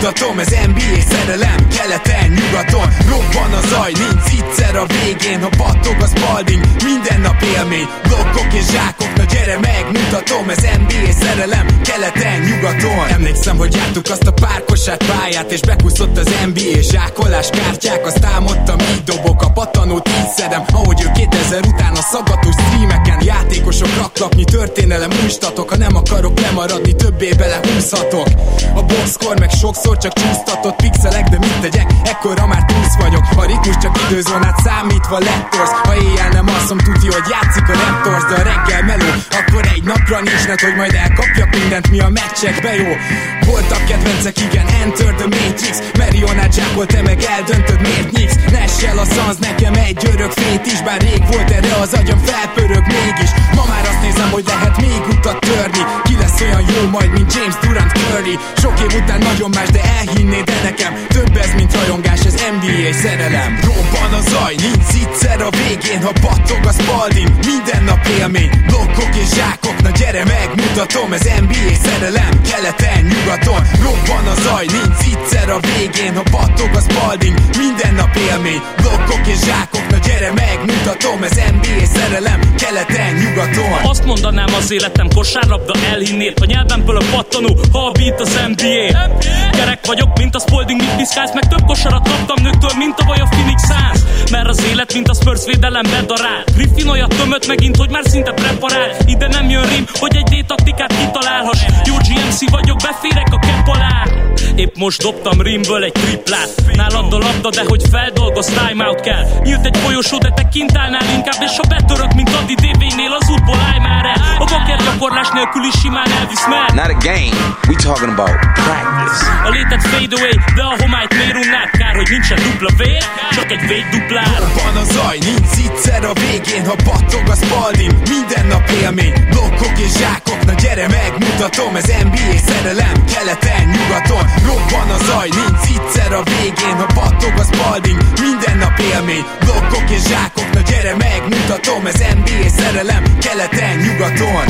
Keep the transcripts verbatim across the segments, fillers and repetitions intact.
megmutatom, ez en bé á szerelem, keleten, nyugaton. Robban a zaj, nincs egyszer a végén, ha battog a Spalding, minden nap élmény. Blokkok és zsákok, na gyere megmutatom, ez en bé á szerelem, keleten, nyugaton. Emlékszem, hogy jártuk azt a párkosát pályát, és bekúszott az en bé á zsákolás kártyák. Azt támadtam, így dobok a patanót, így szedem, ahogy ő kétezer után a szaggatós streameken. Játékosok, raklapnyi, történelem, újstatok, ha nem akarok lemaradni, többé belehúzhatok. A boxkor meg sokszor csak csúsztatott pixelek, de mit tegyek, ekkora már túsz vagyok. A ritmus csak időzónát számítva lettorsz. Ha éjjel nem alszom, tudja, hogy játszik a Raptors, de a reggel meló, akkor egy napra nincs net, hogy majd elkapjak mindent, mi a meccsekbe jó. Voltak kedvencek, igen, Enter the Matrix. Marionát zsákol, te meg eldöntöd, miért nyíksz. Nessel a szansz, nekem egy örök fét is, bár rég volt erre az agyam, felpörög mégis. Ma már azt nézem, hogy lehet még utat törni. Ki lesz olyan jó majd, mint James Durant Curry. Sok év után nagyon más, de elhinnéd de nekem több ez, mint rajongás, ez en bé á szerelem. Robban a zaj, nincs egyszer a végén, ha battog a Spalding, minden nap élmény. Blokkok és zsákok, na gyere megmutatom, ez en bé á szerelem, keleten, nyugaton. Robban a zaj, nincs egyszer a végén, ha battog a Spalding, minden nap élmény. Blokkok és zsákok, na gyere megmutatom, ez en bé á szerelem, keleten, nyugaton. Azt mondanám, az életem kosárlabda, elhinnéd, a nyelvemből a pattanó, ha a beat az en bé á. Gyerek vagyok, mint a Spalding, mit piszkálsz, meg több kosarat kaptam nőktől, mint a vaj a Phoenix Suns. Mert az élet, mint a Spurs védelem bedarál. Griffin olyat tömött megint, hogy már szinte preparál. Ide nem jön rím, hogy egy D-taktikát kitalálhass. Jó gé em cé vagyok, beférek a kepp alá. Épp most dobtam rimből egy triplát. Nálad a labda, de hogy feldolgoz, timeout kell. Nyílt egy folyosó, de te kint állnál inkább, és ha betörök, mint Adi dé vé-nél, az útból állj már el. A baker gyakorlás nélkül is simán elvisz meg. Not a game, we talking about practice. A létet fade away, de a homályt miért unnád? Kár, hogy nincsen dupla V, csak egy V duplár. Robban a zaj, nincs egyszer a végén, ha battog a Spalding, minden nap élmény. Blokkok és zsákok, na gyere megmutatom, ez en bé á szerelem, keleten, nyugaton. Robban a zaj, nincs egyszer a végén, ha battog a Spalding, minden nap élmény. Blokkok és zsákok, na gyere megmutatom, ez en bé á szerelem, keleten, nyugaton.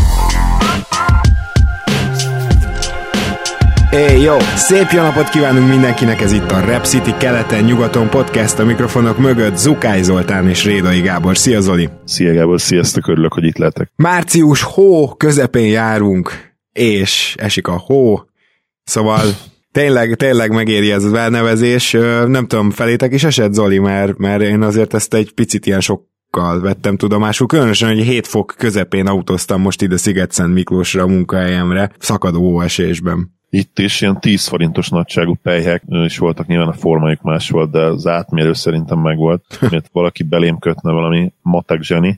Hey, jó! Szép jó napot kívánunk mindenkinek, ez itt a Rap City keleten-nyugaton podcast, a mikrofonok mögött Zukály Zoltán és Rédai Gábor. Szia Zoli! Szia Gábor, sziasztok, örülök, hogy itt lehetek. Március hó közepén járunk, és esik a hó, szóval tényleg, tényleg megéri ez az elnevezés. Nem tudom, felétek is esett, Zoli, mert, mert én azért ezt egy picit ilyen sok vettem tudomásul, különösen, hogy hét fok közepén autóztam most ide Sziget-Szent Miklósra a munkahelyemre, szakadó hóesésben. Itt is ilyen tíz forintos nagyságú pelyhek is voltak, nyilván a formájuk más volt, de az átmérő szerintem megvolt, mert valaki belém kötne valami matek zseni,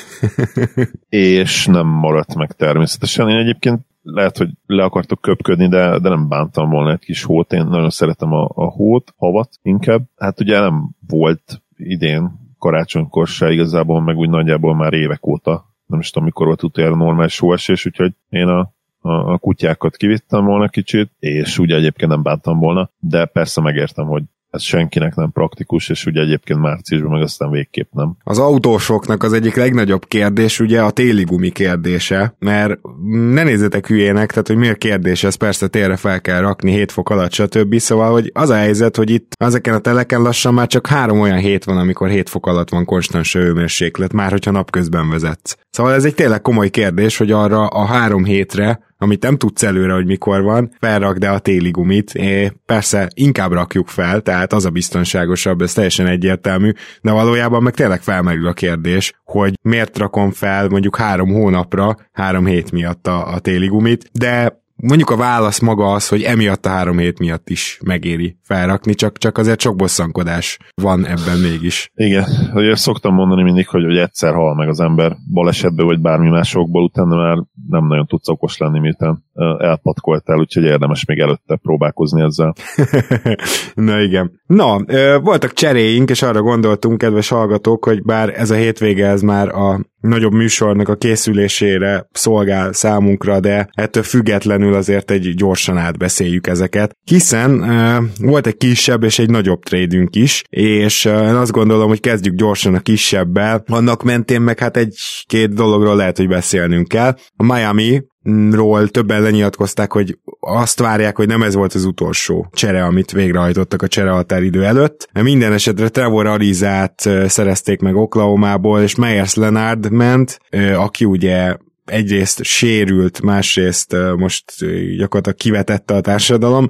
és nem maradt meg természetesen. Én egyébként lehet, hogy le akartok köpködni, de, de nem bántam volna egy kis hót, én nagyon szeretem a, a hót, havat inkább. Hát ugye nem volt idén karácsonykor se igazából, meg úgy nagyjából már évek óta, nem is tudom mikor volt utoljára normális hóesés, úgyhogy én a, a, a kutyákat kivittem volna kicsit, és ugye egyébként nem bántam volna, de persze megértem, hogy ez senkinek nem praktikus, és ugye egyébként márciusban meg aztán végképp nem. Az autósoknak az egyik legnagyobb kérdés ugye a téli gumi kérdése, mert ne nézzetek hülyének, tehát hogy miért kérdés, ez persze térre fel kell rakni hét fok alatt, stb. Szóval, hogy az a helyzet, hogy itt ezeken a teleken lassan már csak három olyan hét van, amikor hét fok alatt van konstans hőmérséklet, már hogyha napközben vezetsz. Szóval ez egy tényleg komoly kérdés, hogy arra a három hétre, amit nem tudsz előre, hogy mikor van, felrakd el a téli gumit. É, persze inkább rakjuk fel, tehát az a biztonságosabb, ez teljesen egyértelmű, de valójában meg tényleg felmerül a kérdés, hogy miért rakom fel mondjuk három hónapra, három hét miatt a, a téli gumit, de mondjuk a válasz maga az, hogy emiatt a három hét miatt is megéri felrakni, csak, csak azért sok bosszankodás van ebben mégis. Igen, ugye szoktam mondani mindig, hogy, hogy egyszer hal meg az ember balesetből, vagy bármi másokból, utána már nem nagyon tudsz okos lenni, miután elpatkoltál, úgyhogy érdemes még előtte próbálkozni ezzel. Na igen. Na, voltak cseréink, és arra gondoltunk, kedves hallgatók, hogy bár ez a hétvége ez már a nagyobb műsornak a készülésére szolgál számunkra, de ettől függetlenül azért egy gyorsan átbeszéljük ezeket. Hiszen uh, volt egy kisebb és egy nagyobb trédünk is, és uh, én azt gondolom, hogy kezdjük gyorsan a kisebbel. Annak mentén meg hát egy-két dologról lehet, hogy beszélnünk kell. A Miami ról többen lenyilatkozták, hogy azt várják, hogy nem ez volt az utolsó csere, amit végrehajtottak a cserehatáridő előtt. Minden esetre Trevor Arizát szerezték meg Oklahomából, és Meyers Leonard ment, aki ugye egyrészt sérült, másrészt most gyakorlatilag kivetette a társadalom.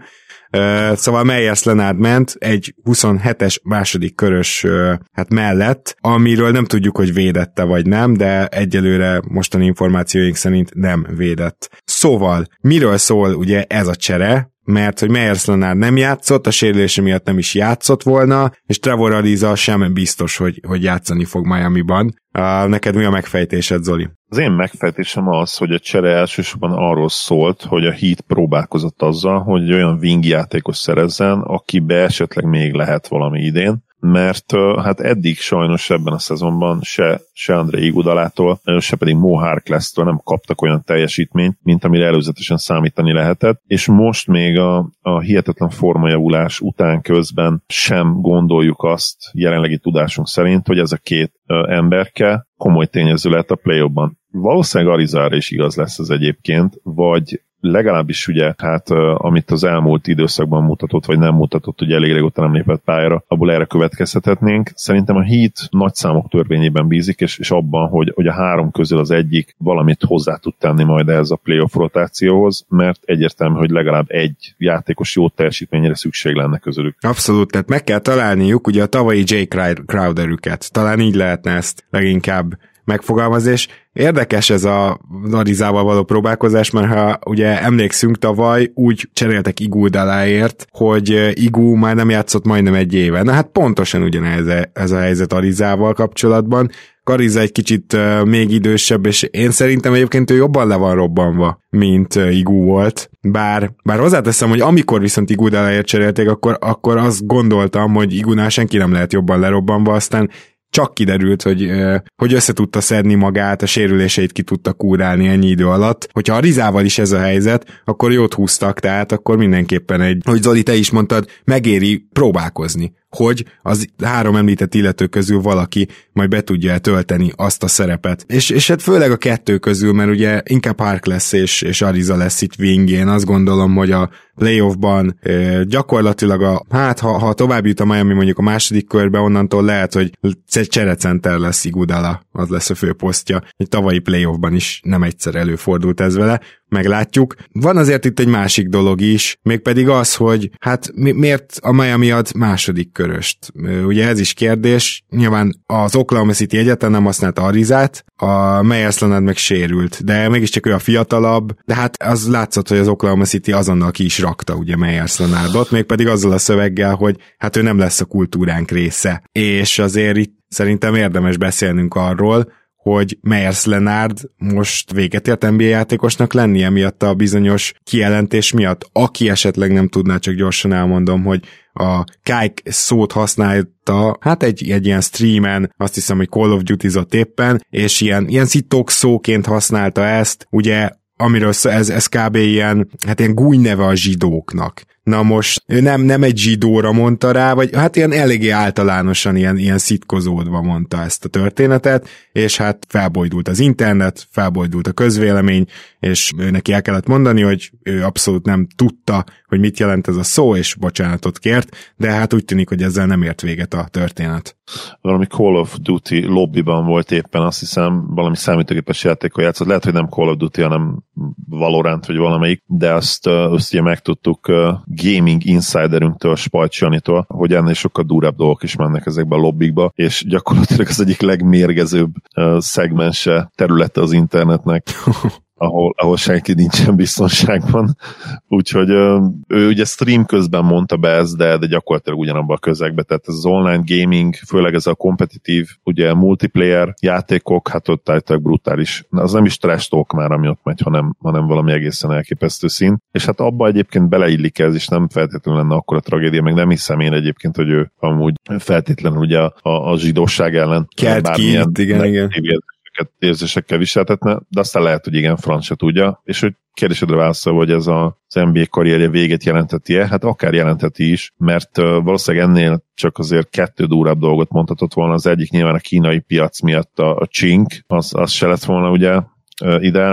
Szóval Meyers Leonard ment egy huszonhetes második körös hát mellett, amiről nem tudjuk, hogy védette vagy nem, de egyelőre mostani információink szerint nem védett. Szóval miről szól ugye ez a csere? Mert hogy Meyers Leonard nem játszott, a sérülése miatt nem is játszott volna, és Trevor Ariza sem biztos, hogy, hogy játszani fog Miamiban. Uh, neked mi a megfejtésed, Zoli? Az én megfejtésem az, hogy a csere elsősorban arról szólt, hogy a Heat próbálkozott azzal, hogy olyan wing játékos szerezzen, akibe esetleg még lehet valami idén, mert hát eddig sajnos ebben a szezonban se, se André Iguodalától, se pedig Mo Harkless-től nem kaptak olyan teljesítményt, mint amire előzetesen számítani lehetett, és most még a, a hihetetlen formajavulás után közben sem gondoljuk azt jelenlegi tudásunk szerint, hogy ez a két emberke komoly tényező lehet a play-offban. Valószínűleg Arizára is igaz lesz ez egyébként, vagy legalábbis ugye, hát amit az elmúlt időszakban mutatott, vagy nem mutatott, ugye elég régóta nem lépett pályára, abból erre következtethetnénk. Szerintem a Heat nagy számok törvényében bízik, és, és abban, hogy, hogy a három közül az egyik valamit hozzá tud tenni majd ehhez a playoff rotációhoz, mert egyértelmű, hogy legalább egy játékos jó teljesítményére szükség lenne közülük. Abszolút, tehát meg kell találniuk ugye a tavalyi Jay Crowderüket. Talán így lehetne ezt leginkább megfogalmazás. Érdekes ez a Arizával való próbálkozás, mert ha ugye emlékszünk, tavaly úgy cseréltek Iguodaláért, hogy Igu már nem játszott majdnem egy éve. Na hát pontosan ugyanez ez a helyzet Arizával kapcsolatban. Ariza egy kicsit uh, még idősebb, és én szerintem egyébként ő jobban le van robbanva, mint uh, Igu volt. Bár, bár hozzáteszem, hogy amikor viszont Iguodaláért cserélték, akkor, akkor azt gondoltam, hogy Igunál senki nem lehet jobban lerobbanva, aztán csak kiderült, hogy, hogy össze tudta szedni magát, a sérüléseit ki tudta kúrálni ennyi idő alatt. Hogyha a Rizával is ez a helyzet, akkor jót húztak, tehát akkor mindenképpen egy, hogy Zoli, te is mondtad, megéri próbálkozni, hogy az három említett illető közül valaki majd be tudja tölteni azt a szerepet. És, és hát főleg a kettő közül, mert ugye inkább Harkless és, és Ariza lesz itt wingén, azt gondolom, hogy a playoffban e, gyakorlatilag a, hát ha, ha tovább jut a Miami mondjuk a második körbe, onnantól lehet, hogy cserecenter lesz Iguodala, az lesz a fő posztja. Egy tavalyi playoffban is nem egyszer előfordult ez vele, meglátjuk. Van azért itt egy másik dolog is, mégpedig az, hogy hát mi, miért a Miami ad második köröst? Ugye ez is kérdés. Nyilván az Oklahoma City egyáltalán nem használta Arizát, a Meyers Leonard meg sérült, de mégiscsak ő a fiatalabb, de hát az látszott, hogy az Oklahoma City azonnal ki is rakta ugye Meyers Leonardot, mégpedig azzal a szöveggel, hogy hát ő nem lesz a kultúránk része. És azért itt szerintem érdemes beszélnünk arról, hogy Meyers Leonard most véget ért en bé á játékosnak lenni emiatt a bizonyos kijelentés miatt. Aki esetleg nem tudná, csak gyorsan elmondom, hogy a Kike szót használta, hát egy, egy ilyen streamen, azt hiszem, hogy Call of Duty-zott éppen, és ilyen, ilyen szitok szóként használta ezt, ugye, amiről ez, ez kb. Ilyen, hát ilyen gújneve a zsidóknak. Na most ő nem, nem egy zsidóra mondta rá, vagy hát ilyen eléggé általánosan ilyen, ilyen szitkozódva mondta ezt a történetet, és hát felbojdult az internet, felbojdult a közvélemény, és ő neki el kellett mondani, hogy ő abszolút nem tudta, hogy mit jelent ez a szó, és bocsánatot kért, de hát úgy tűnik, hogy ezzel nem ért véget a történet. Valami Call of Duty lobbyban volt éppen, azt hiszem, valami számítógépes játékkal játszott, lehet, hogy nem Call of Duty, hanem Valorant, vagy valamelyik, de azt, azt ugye megtudtuk Gaming Insiderünktől, Spajcs Janitól, hogy ennél sokkal durább dolgok is mennek ezekbe a lobbikba, és gyakorlatilag az egyik legmérgezőbb szegmense, területe az internetnek. Ahol, ahol senki nincsen biztonságban. Úgyhogy ő ugye stream közben mondta be ezt, de, de gyakorlatilag ugyanabban a közegbe, tehát ez az online gaming, főleg ez a kompetitív, ugye multiplayer játékok, hát ott állítólag brutális. Az nem is trash talk már, ami ott megy, hanem, hanem valami egészen elképesztő szín. És hát abba egyébként beleillik ez, és nem feltétlenül lenne akkora tragédia, meg nem hiszem én egyébként, hogy ő amúgy feltétlenül ugye a, a, a zsidóság ellen kert ki, igen, igen. érzésekkel viseltetne, de aztán lehet, hogy igen, franc se tudja, és hogy kérdésedre válaszolva, hogy ez az en bé á karrierje véget jelenteti-e, hát akár jelenteti is, mert uh, valószínűleg ennél csak azért kettő durább dolgot mondhatott volna, az egyik nyilván a kínai piac miatt a, a csink, az, az se lett volna ugye uh, ideális,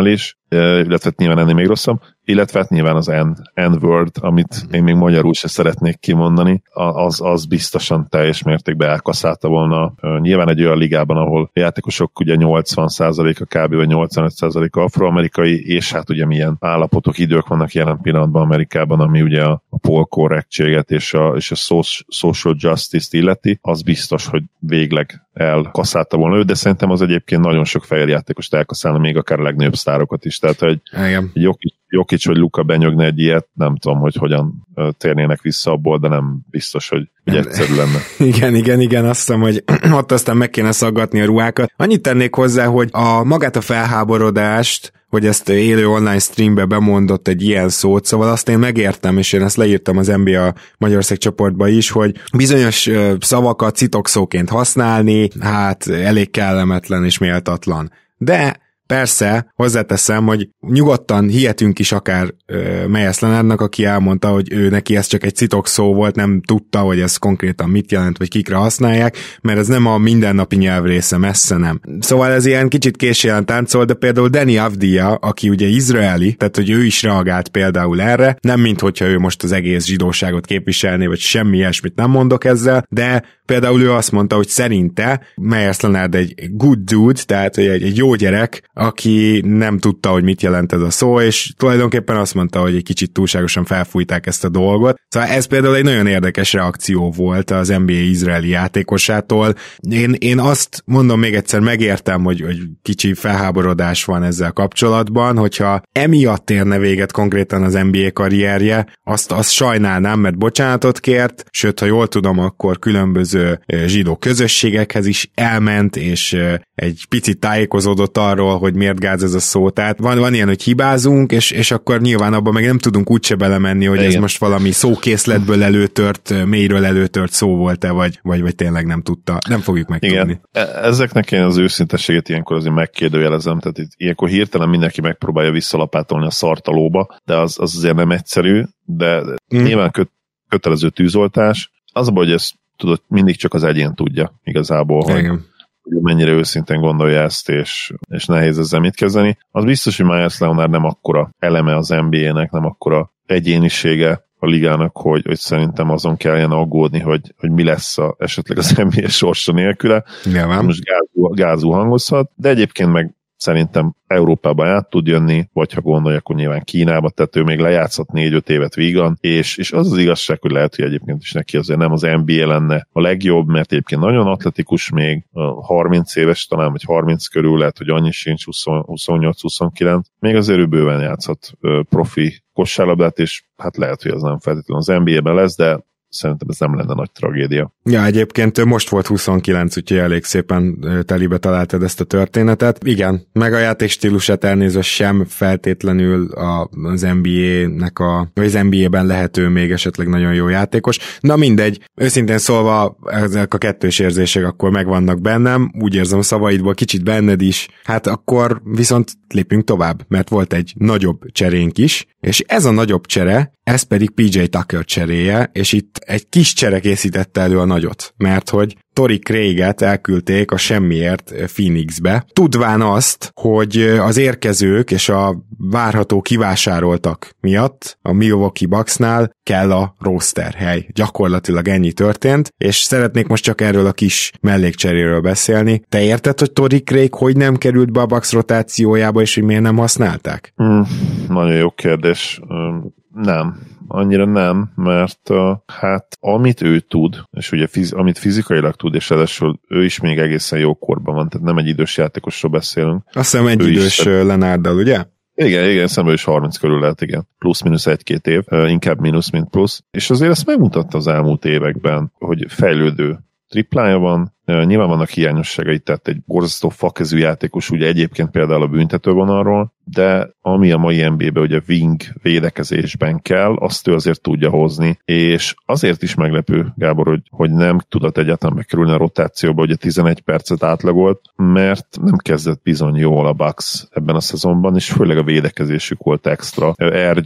illetve nyilván ennél még rosszabb, illetve hát nyilván az N-word, amit én még magyarul se szeretnék kimondani, az, az biztosan teljes mértékben elkaszálta volna. Nyilván egy olyan ligában, ahol a játékosok ugye nyolcvan százaléka kb. Vagy nyolcvanöt százaléka afroamerikai, és hát ugye milyen állapotok, idők vannak jelen pillanatban Amerikában, ami ugye a, a poll correctséget és a, és a social justice-t illeti, az biztos, hogy végleg elkaszálta volna ő, de szerintem az egyébként nagyon sok fehér játékost elkaszálna, még akár a legnagyobb sztárokat is. Tehát, hogy Jokic, Jokic vagy Luka benyögne egy ilyet, nem tudom, hogy hogyan térnének vissza abból, de nem biztos, hogy, hogy egyszerű lenne. Igen, igen, igen, azt hiszem, hogy ott aztán meg kéne szaggatni a ruhákat. Annyit tennék hozzá, hogy a magát a felháborodást, hogy ezt élő online streambe bemondott egy ilyen szót, szóval azt én megértem, és én ezt leírtam az en bé á Magyarország csoportba is, hogy bizonyos szavakat citokszóként használni, hát elég kellemetlen és méltatlan. De persze, hozzáteszem, hogy nyugodtan hihetünk is akár uh, Meyers Leonardnak, aki elmondta, hogy ő neki ez csak egy citokszó volt, nem tudta, hogy ez konkrétan mit jelent, vagy kikre használják, mert ez nem a mindennapi nyelv része, messze nem. Szóval ez ilyen kicsit késően táncol, de például Deni Avdija, aki ugye izraeli, tehát hogy ő is reagált például erre, nem mint hogyha ő most az egész zsidóságot képviselné, vagy semmi ilyesmit nem mondok ezzel, de például ő azt mondta, hogy szerinte Meyers Leonard egy good dude, tehát egy, egy jó gyerek, aki nem tudta, hogy mit jelent ez a szó, és tulajdonképpen azt mondta, hogy egy kicsit túlságosan felfújták ezt a dolgot. Szóval ez például egy nagyon érdekes reakció volt az en bé á izraeli játékosától. Én, én azt mondom még egyszer, megértem, hogy, hogy kicsi felháborodás van ezzel kapcsolatban, hogyha emiatt érne véget konkrétan az en bé á karrierje, azt, azt sajnálnám, mert bocsánatot kért, sőt, ha jól tudom, akkor különböző zsidó közösségekhez is elment, és egy picit tájékozódott arról, hogy miért gáz ez a szó. Tehát van, van ilyen, hogy hibázunk, és, és akkor nyilván abban meg nem tudunk úgyse belemenni, hogy igen, ez most valami szókészletből előtört, mélyről előtört szó volt-e, vagy, vagy, vagy tényleg nem tudta. Nem fogjuk megtudni. Igen. Ezeknek én az őszintességet ilyenkor azért megkérdőjelezem, tehát itt ilyenkor hirtelen mindenki megpróbálja visszalapátolni a szartalóba, de az, az azért nem egyszerű, de mm. nyilván kö, kötelező tűzoltás. Az a baj, hogy ezt tudod, mindig csak az egyén tudja igazából, hogy, hogy mennyire őszintén gondolja ezt, és, és nehéz ezzel mit kezdeni. Az biztos, hogy Meyers Leonard nem akkora eleme az en bé á-nek, nem akkora egyénisége a ligának, hogy, hogy szerintem azon kelljen aggódni, hogy, hogy mi lesz a, esetleg az en bé á sorsa nélküle. Nyilván. Most gázú, gázú hangozhat, de egyébként meg szerintem Európában át tud jönni, vagy ha gondolja, akkor nyilván Kínába, tehát ő még lejátszott négy-öt évet vígan, és, és az az igazság, hogy lehet, hogy egyébként is neki azért nem az en bé á lenne a legjobb, mert egyébként nagyon atletikus még, harminc éves talán, vagy harminc körül, lehet, hogy annyi sincs, huszonnyolc-huszonkilenc, még azért ő bőven játszhat profi kosárlabdát, és hát lehet, hogy az nem feltétlenül az en bé á-ben lesz, de szerintem ez nem lenne nagy tragédia. Ja, egyébként most volt huszonkilenc, úgyhogy elég szépen telibe találtad ezt a történetet. Igen, meg a játékstílusát elnézve sem feltétlenül az en bé á-nek a, vagy az en bé á-ben lehető még esetleg nagyon jó játékos. Na mindegy, őszintén szólva ezek a kettős érzések akkor megvannak bennem, úgy érzem a szavaidból, kicsit benned is, hát akkor viszont lépjünk tovább, mert volt egy nagyobb cserénk is, és ez a nagyobb csere, ez pedig pé jé Tucker cseréje, és itt egy kis csere készítette elő a nagyot, mert hogy Torrey Craig-et elküldték a semmiért Phoenixbe, tudván azt, hogy az érkezők és a várható kivásároltak miatt a Milwaukee Bucksnál kell a roster hely. Gyakorlatilag ennyi történt, és szeretnék most csak erről a kis mellékcseréről beszélni. Te érted, hogy Torrey Craig hogy nem került be a Bucks rotációjába, és hogy miért nem használták? Mm, nagyon jó kérdés. Nem, annyira nem, mert uh, hát amit ő tud, és ugye fiz- amit fizikailag tud, és ráadásul ő is még egészen jó korban van, tehát nem egy idős játékosról beszélünk. Azt hiszem egy ő idős is, Leonarddal, ugye? Igen, igen, szemben is harminc körül lehet, igen. Plusz-minusz egy-két év, uh, inkább mínusz, mint plusz. És azért ezt megmutatta az elmúlt években, hogy fejlődő triplája van, nyilván vannak hiányosságai, tehát egy borzasztó fakezű játékos, ugye egyébként például a büntetővonalról, de ami a mai en bé á-ben ugye wing védekezésben kell, azt ő azért tudja hozni, és azért is meglepő, Gábor, hogy, hogy nem tudott egyáltalán megkerülni a rotációba, ugye tizenegy percet átlagolt, mert nem kezdett bizony jól a Bucks ebben a szezonban, és főleg a védekezésük volt extra ergya,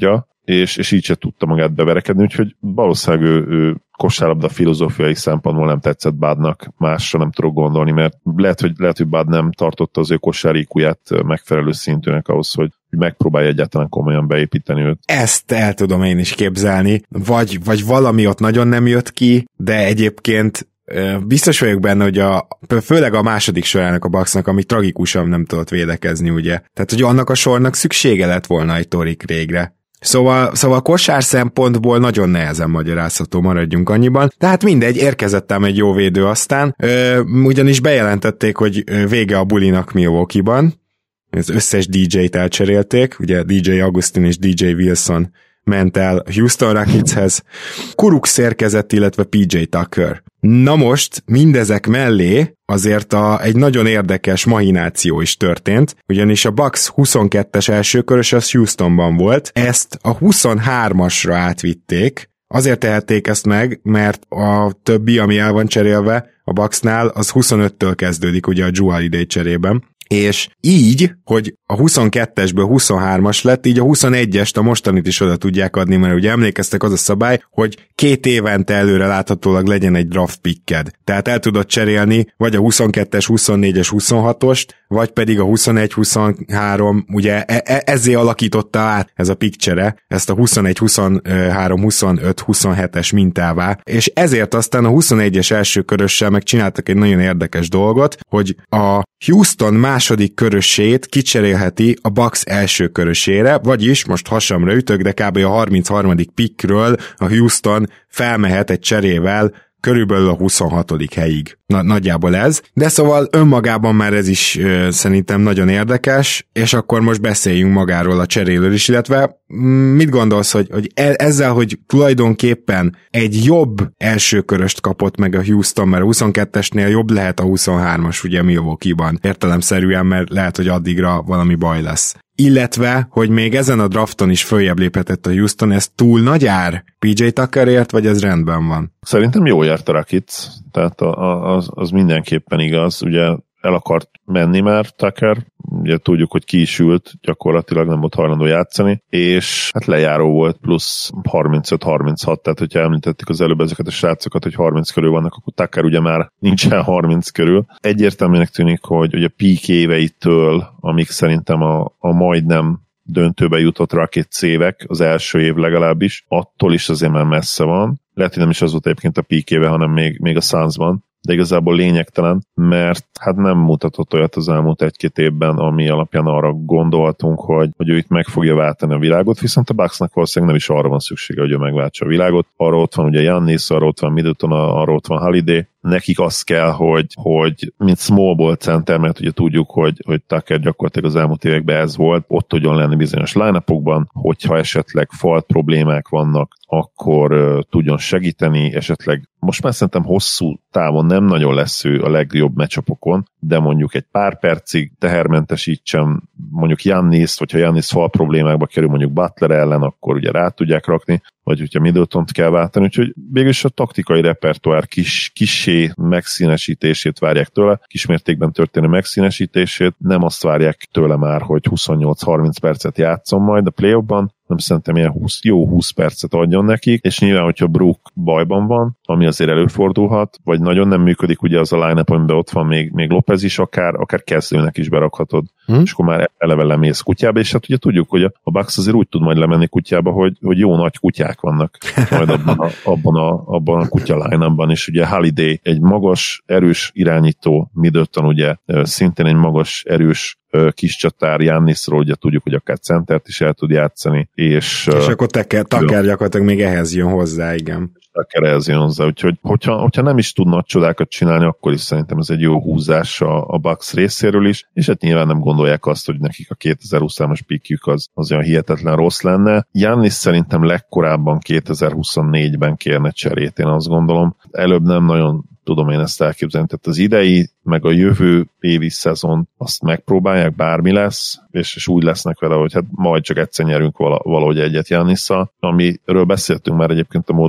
és, és így se tudta magát beverekedni, úgyhogy valószínűleg ő, ő kosárlabda filozófiai szempontból nem tetszett Budnak, másra nem tudok gondolni, mert lehet, hogy, lehet, hogy Bud nem tartotta az ő kosár í kúját megfelelő szintűnek ahhoz, hogy megpróbálja egyáltalán komolyan beépíteni őt. Ezt el tudom én is képzelni, vagy, vagy valami ott nagyon nem jött ki, de egyébként biztos vagyok benne, hogy a, főleg a második sorának a Bucksnak, ami tragikusan nem tudott védekezni, ugye. Tehát, hogy annak a sornak szüksége lett volna egy Torrey Craigre. Szóval, szóval kosár szempontból nagyon nehezen magyarázható, maradjunk annyiban. Tehát mindegy, érkezett ám egy jó védő aztán, ö, ugyanis bejelentették, hogy vége a bulinak Milwaukee-ban. Az összes dé dzsét elcserélték, ugye dé dzsé Augustin és dé dzsé Wilson ment el Houston Rocketshez. Kurux érkezett, illetve pé dzsé Tucker. Na most mindezek mellé azért a, egy nagyon érdekes mahináció is történt, ugyanis a Bucks huszonkettes elsőkörös az Houstonban volt, ezt a huszonhármasra átvitték, azért tehették ezt meg, mert a többi, ami el van cserélve a Bucksnál, az huszonöttől kezdődik ugye a Jrue Holiday cserében, és így, hogy a huszonkettesből huszonhármas lett, így a huszonegyest, a mostanit is oda tudják adni, mert ugye emlékeztek az a szabály, hogy két évente előre láthatólag legyen egy draft picked. Tehát el tudod cserélni vagy a huszonkettes, huszonnégyes, huszonhatost, vagy pedig a huszonegy, huszonhárom, ugye e- ezzel alakította át ez a pick csere, ezt a huszonegy, huszonhárom, huszonöt, huszonhetes mintává, és ezért aztán a huszonegyes első körössel megcsináltak egy nagyon érdekes dolgot, hogy a Houston második körösét kicserélheti a Bucks első körösére, vagyis most hasamra ütök, de kb. A harmincharmadik pickről a Houston felmehet egy cserével körülbelül a huszonhatodik helyig. Na, nagyjából ez. De szóval önmagában már ez is ö, szerintem nagyon érdekes, és akkor most beszéljünk magáról a cseréről is, illetve mit gondolsz, hogy, hogy ezzel, hogy tulajdonképpen egy jobb elsőköröst kapott meg a Houston, mert a huszonkettesnél jobb lehet a huszonhármas, ugye Milwaukee-ban értelemszerűen, mert lehet, hogy addigra valami baj lesz. Illetve, hogy még ezen a drafton is följebb léphetett a Houston, ez túl nagy ár pé dzsé Tuckerért, vagy ez rendben van? Szerintem jó járt a Rockets, tehát az, az mindenképpen igaz, ugye el akart menni már Tucker, ugye tudjuk, hogy ki is ült, gyakorlatilag nem volt hajlandó játszani, és hát lejáró volt, plusz harmincöt harminchat, tehát hogyha említettük az előbb ezeket a srácokat, hogy harminc körül vannak, akkor Tucker ugye már nincsen harminc körül. Egyértelműnek tűnik, hogy, hogy a peak éveitől, amik szerintem a, a majdnem döntőbe jutott Rockets évek, az első év legalábbis, attól is azért már messze van. Lehet, hogy nem is az volt egyébként a peak éve, hanem még, még a Sunsban, de igazából lényegtelen, mert hát nem mutatott olyat az elmúlt egy-két évben, ami alapján arra gondoltunk, hogy, hogy ő itt meg fogja váltani a világot, viszont a Bucksnak valószínűleg nem is arra van szüksége, hogy ő megváltsa a világot. Arra ott van ugye Giannis, arra ott van Middleton, arra ott van Holiday. Nekik az kell, hogy, hogy mint small ball center, mert ugye tudjuk, hogy, hogy Tucker gyakorlatilag az elmúlt években ez volt, ott tudjon lenni bizonyos line-upokban, hogyha esetleg falt problémák vannak, akkor uh, tudjon segíteni, esetleg most már szerintem hosszú távon nem nagyon lesz ő a legjobb matchupokon, de mondjuk egy pár percig tehermentesítsem mondjuk Giannis, hogyha Giannis fal problémákba kerül mondjuk Butler ellen, akkor ugye rá tudják rakni, vagy hogyha Middletont kell váltani, úgyhogy végülis a taktikai repertoár kis, kissé megszínesítését várják tőle, kismértékben történő megszínesítését, nem azt várják tőle már, hogy huszonnyolc-harminc percet játszom majd a play-offban, nem szerintem ilyen húsz, jó húsz percet adjon nekik, és nyilván, hogyha Brook bajban van, ami azért előfordulhat, vagy nagyon nem működik ugye az a line-up, amiben ott van még, még Lopez is, akár, akár kezdőnek is berakhatod, hmm. és akkor már eleve lemész kutyába, és hát ugye tudjuk, hogy a Bucks azért úgy tud majd lemenni kutyába, hogy, hogy jó nagy kutyák vannak majd abban a, abban a, abban a kutya line-upban, és ugye Holiday egy magas, erős irányító, Middleton ugye szintén egy magas, erős kis csatár, Giannisról ugye tudjuk, hogy akár centert is el tud játszani, és... És akkor Tucker gyakorlatilag még ehhez jön hozzá, igen. Tucker ehhez jön hozzá, úgyhogy hogyha, hogyha nem is tud nagy csodákat csinálni, akkor is szerintem ez egy jó húzás a, a Bucks részéről is, és hát nyilván nem gondolják azt, hogy nekik a kétezer-huszas pickjük az, az olyan hihetetlen rossz lenne. Giannis szerintem legkorábban kétezer-huszonnégyben kérne cserét, én azt gondolom. Előbb nem nagyon tudom én ezt elképzelni. Tehát az idei, meg a jövő évi szezon azt megpróbálják, bármi lesz, és, és úgy lesznek vele, hogy hát majd csak egyszer nyerünk vala, valahogy egyet Giannissal, amiről beszéltünk már egyébként a módban, hogy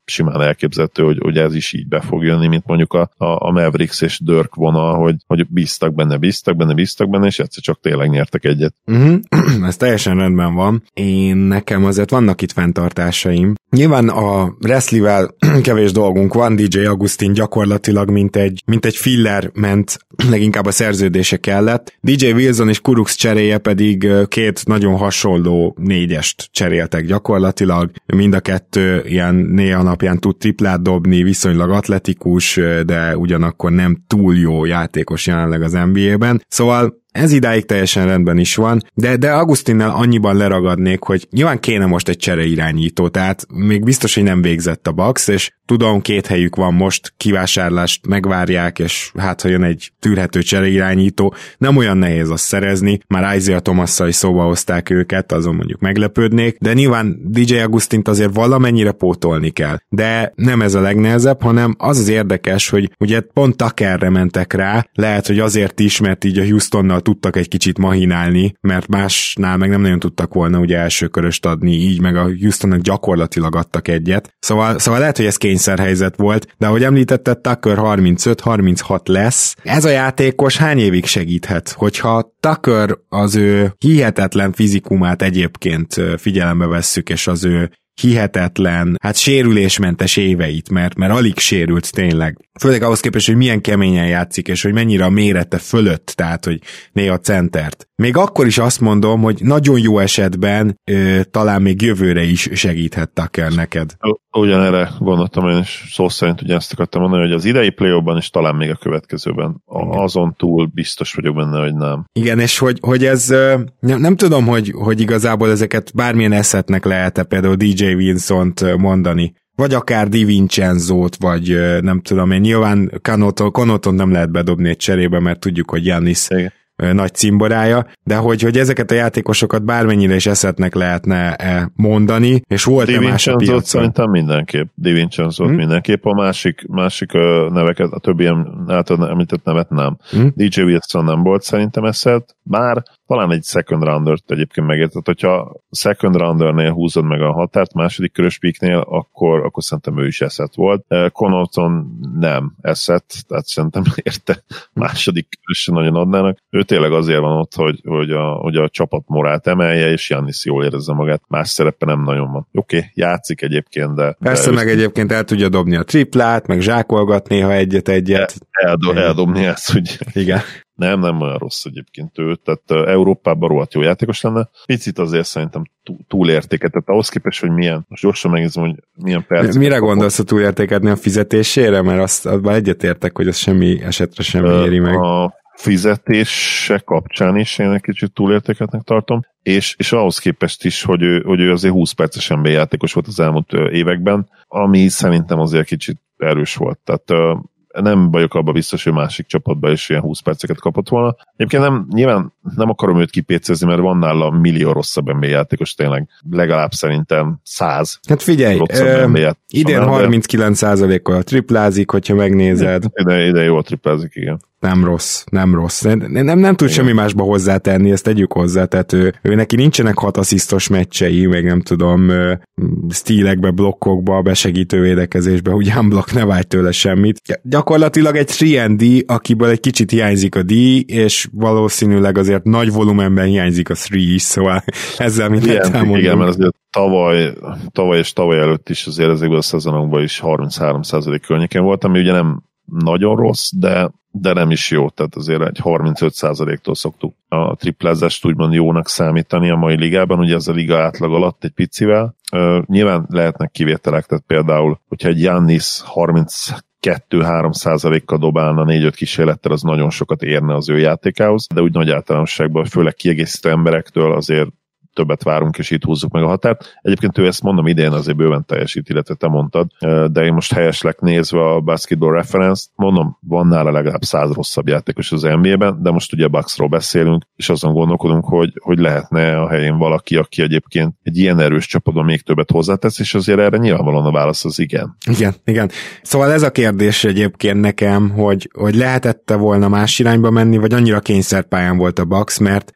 simán elképzelhető, hogy, hogy ez is így be fog jönni, mint mondjuk a, a, a Mavericks és Dirk vonal, hogy, hogy bíztak benne, bíztak benne, bíztak benne, és egyszer csak tényleg nyertek egyet. Uh-huh. Ez teljesen rendben van. Én nekem azért vannak itt fenntartásaim. Nyilván a wrestlivel kevés dolgunk van, dé dzsé Augustin gyakorlatilag mint egy, mint egy filler ment, leginkább a szerződése kellett. dé dzsé Wilson és Kurucs cseréje pedig két nagyon hasonló négyest cseréltek gyakorlatilag. Mind a kettő ilyen néha alapján tud triplát dobni, viszonylag atletikus, de ugyanakkor nem túl jó játékos jelenleg az en bé á-ben. Szóval ez idáig teljesen rendben is van, de, de Augustinnel annyiban leragadnék, hogy nyilván kéne most egy csereirányító, tehát még biztos, hogy nem végzett a Bucks, és tudom, két helyük van most, kivásárlást megvárják, és hát, ha jön egy tűrhető csereirányító, nem olyan nehéz azt szerezni, már Isaiah Thomasszal is szóba hozták őket, azon mondjuk meglepődnék, de nyilván dé dzsé Augustint azért valamennyire pótolni kell. De nem ez a legnehezebb, hanem az az érdekes, hogy ugye pont Tuckerre mentek rá, lehet, hogy azért is, mert így a Houstonnal tudtak egy kicsit mahinálni, mert másnál meg nem nagyon tudtak volna ugye első köröst adni, így meg a Houstonnak gyakorlatilag adtak egyet. Szóval, szóval lehet, hogy ez kényszerhelyzet volt, de ahogy említetted, Tucker harmincöt harminchat lesz. Ez a játékos hány évig segíthet? Hogyha Tucker az ő hihetetlen fizikumát egyébként figyelembe vesszük, és az ő hihetetlen, hát sérülésmentes éveit, mert, mert alig sérült tényleg. Főleg ahhoz képest, hogy milyen keményen játszik, és hogy mennyire a mérete fölött, tehát, hogy néha centert. Még akkor is azt mondom, hogy nagyon jó esetben ö, talán még jövőre is segíthet Tucker neked. Ugyanerre gondoltam én is, szó szerint ugye ezt akartam mondani, hogy az idei play-offban is talán még a következőben. A, azon túl biztos vagyok benne, hogy nem. Igen, és hogy, hogy ez, nem, nem tudom, hogy, hogy igazából ezeket bármilyen eszetnek lehet-e például dé dzsé Wilsont mondani. Vagy akár Di Vincenzót, vagy nem tudom én, nyilván Connaughton nem lehet bedobni egy cserébe, mert tudjuk, hogy Giannis igen. Nagy cimborája, de hogy, hogy ezeket a játékosokat bármennyire is eszetnek lehetne mondani, és volt-e más a piacon? Szerintem mindenképp. Di Vincenzót hmm? mindenképp, a másik, másik neveket, a többi által említett nevet nem. Hmm? dé dzsé Wilson nem volt szerintem eszet, bár talán egy second roundert egyébként megértett, hogyha second roundernél húzod meg a határt, második körös picknél, akkor, akkor szerintem ő is eszet volt. Connaughton nem eszet, tehát szerintem érte második körösen nagyon adnának. Ő tényleg azért van ott, hogy, hogy, a, hogy a csapat morát emelje, és Giannis jól érezze magát. Más szerepe nem nagyon van. Oké, okay, játszik egyébként, de... Persze, de meg ősz... egyébként el tudja dobni a triplát, meg zsákolgatni, ha egyet-egyet. El, eldo, eldobni ezt, hogy... Igen. Nem, nem olyan rossz egyébként ő, tehát Európában rohadt jó játékos lenne. Picit azért szerintem túlértéket, tehát ahhoz képest, hogy milyen, most gyorsan megnézem, hogy milyen perc. Mire gondolsz a túlértéketni, a fizetésére? Mert azt, abban egyetértek, hogy az semmi esetre sem éri meg. A fizetése kapcsán is én egy kicsit túlértéketnek tartom, és, és ahhoz képest is, hogy ő, hogy ő azért húsz perces en bé á játékos volt az elmúlt években, ami szerintem azért kicsit erős volt. Tehát nem vagyok abban biztos, hogy másik csapatban is ilyen húsz perceket kapott volna. Egyébként nem, nyilván nem akarom őt kipécézni, mert van nála millió rosszabb en bé á játékos, tényleg legalább szerintem száz. Hát figyelj, ö, idén harminckilenc százalékkal triplázik, hogyha megnézed. Ide, ide jól triplázik, igen. Nem rossz, nem rossz. Nem, nem, nem tud semmi másba hozzátenni, ezt tegyük hozzá, tehát ő, ő neki nincsenek hat asszisztos meccsei, meg nem tudom, stílekbe, blokkokba, besegítő védekezésbe, hogy unblock ne vágy tőle semmit. Gyakorlatilag egy három and D, akiből egy kicsit hiányzik a D, és valószínűleg azért nagy volumenben hiányzik a három is, szóval ezzel mindent elmondom. Igen, mert azért tavaly, tavaly és tavaly előtt is azért ezekből a szezonokban is harminchárom százalék környéken volt, ami ugye nem nagyon rossz, de, de nem is jó, tehát azért egy harmincöt százaléktól szoktuk a triplázást úgymond jónak számítani a mai ligában, ugye ez a liga átlag alatt egy picivel. Uh, nyilván lehetnek kivételek, tehát például, hogyha egy Giannis harminckettő-három százalékkal dobálna négy-öt kísérlettel, az nagyon sokat érne az ő játékához, de úgy nagy általánosságban, főleg kiegészítő emberektől azért többet várunk, és itt húzzuk meg a határt. Egyébként ő ezt mondom idén azért bőven teljesít, illetve te mondtad, de én most helyeslek nézve a Basketball Reference-t, mondom, van nála legalább száz rosszabb játékos az en bé á-ben, de most ugye Bucksról beszélünk, és azon gondolkodunk, hogy, hogy lehetne a helyén valaki, aki egyébként egy ilyen erős csapatban még többet hozzátesz, és azért erre nyilvánvalóan a válasz az igen. Igen, igen. Szóval ez a kérdés egyébként nekem, hogy, hogy lehetette volna más irányba menni, vagy annyira kényszerpályán volt a Bucks, mert